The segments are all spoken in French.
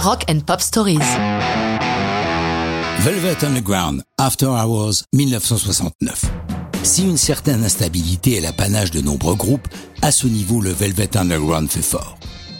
Rock and Pop Stories. Velvet Underground, After Hours, 1969. Si une certaine instabilité est l'apanage de nombreux groupes, à ce niveau, le Velvet Underground fait fort.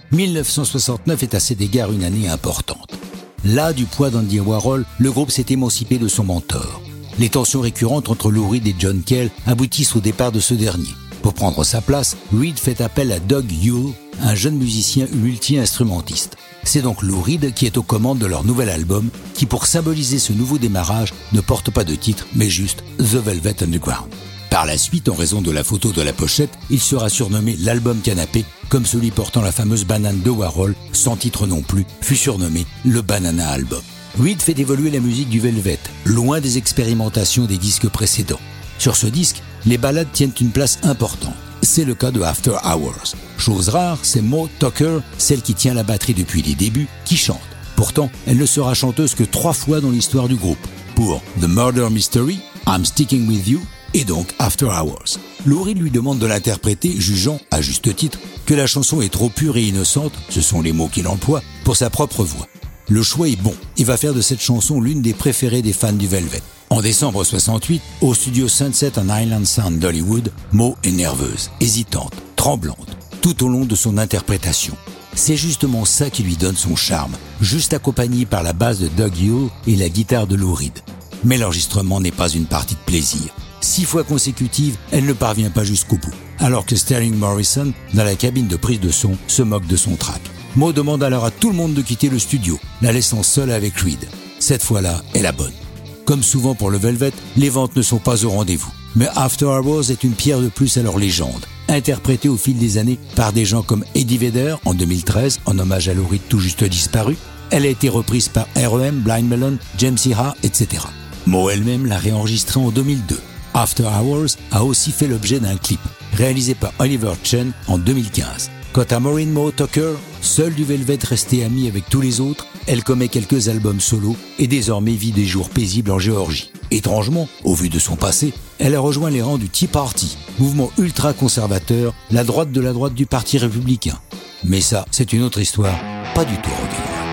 1969 est à cet égard une année importante. Là, du poids d'Andy Warhol, le groupe s'est émancipé de son mentor. Les tensions récurrentes entre Lou Reed et John Cale aboutissent au départ de ce dernier. Pour prendre sa place, Reed fait appel à Doug Yule, un jeune musicien multi-instrumentiste. C'est donc Lou Reed qui est aux commandes de leur nouvel album, qui pour symboliser ce nouveau démarrage ne porte pas de titre, mais juste The Velvet Underground. Par la suite, en raison de la photo de la pochette, il sera surnommé l'album canapé, comme celui portant la fameuse banane de Warhol, sans titre non plus, fut surnommé le Banana Album. Reed fait évoluer la musique du Velvet, loin des expérimentations des disques précédents. Sur ce disque, les ballades tiennent une place importante. C'est le cas de After Hours. Chose rare, c'est Mo Tucker, celle qui tient la batterie depuis les débuts, qui chante. Pourtant, elle ne sera chanteuse que 3 fois dans l'histoire du groupe. Pour The Murder Mystery, I'm Sticking With You et donc After Hours. Lou Reed lui demande de l'interpréter, jugeant, à juste titre, que la chanson est trop pure et innocente, ce sont les mots qu'il emploie, pour sa propre voix. Le choix est bon, il va faire de cette chanson l'une des préférées des fans du Velvet. En décembre 68, au studio Sunset on Island Sound d'Hollywood, Mo est nerveuse, hésitante, tremblante, tout au long de son interprétation. C'est justement ça qui lui donne son charme, juste accompagné par la basse de Doug Yule et la guitare de Lou Reed. Mais l'enregistrement n'est pas une partie de plaisir. 6 fois consécutives, elle ne parvient pas jusqu'au bout, alors que Sterling Morrison, dans la cabine de prise de son, se moque de son track. Mo demande alors à tout le monde de quitter le studio, la laissant seule avec Reed. Cette fois-là est la bonne. Comme souvent pour le Velvet, les ventes ne sont pas au rendez-vous. Mais After Hours est une pierre de plus à leur légende, interprétée au fil des années par des gens comme Eddie Vedder en 2013, en hommage à Lou Reed tout juste disparu. Elle a été reprise par R.E.M., Blind Melon, James Iha, etc. Mo elle-même l'a réenregistrée en 2002. After Hours a aussi fait l'objet d'un clip, réalisé par Oliver Chen en 2015. Quant à Maureen Mo Tucker, seule du Velvet restée amie avec tous les autres, elle commet quelques albums solo et désormais vit des jours paisibles en Géorgie. Étrangement, au vu de son passé, elle a rejoint les rangs du Tea Party, mouvement ultra-conservateur, la droite de la droite du Parti républicain. Mais ça, c'est une autre histoire, pas du tout rock'n'roll.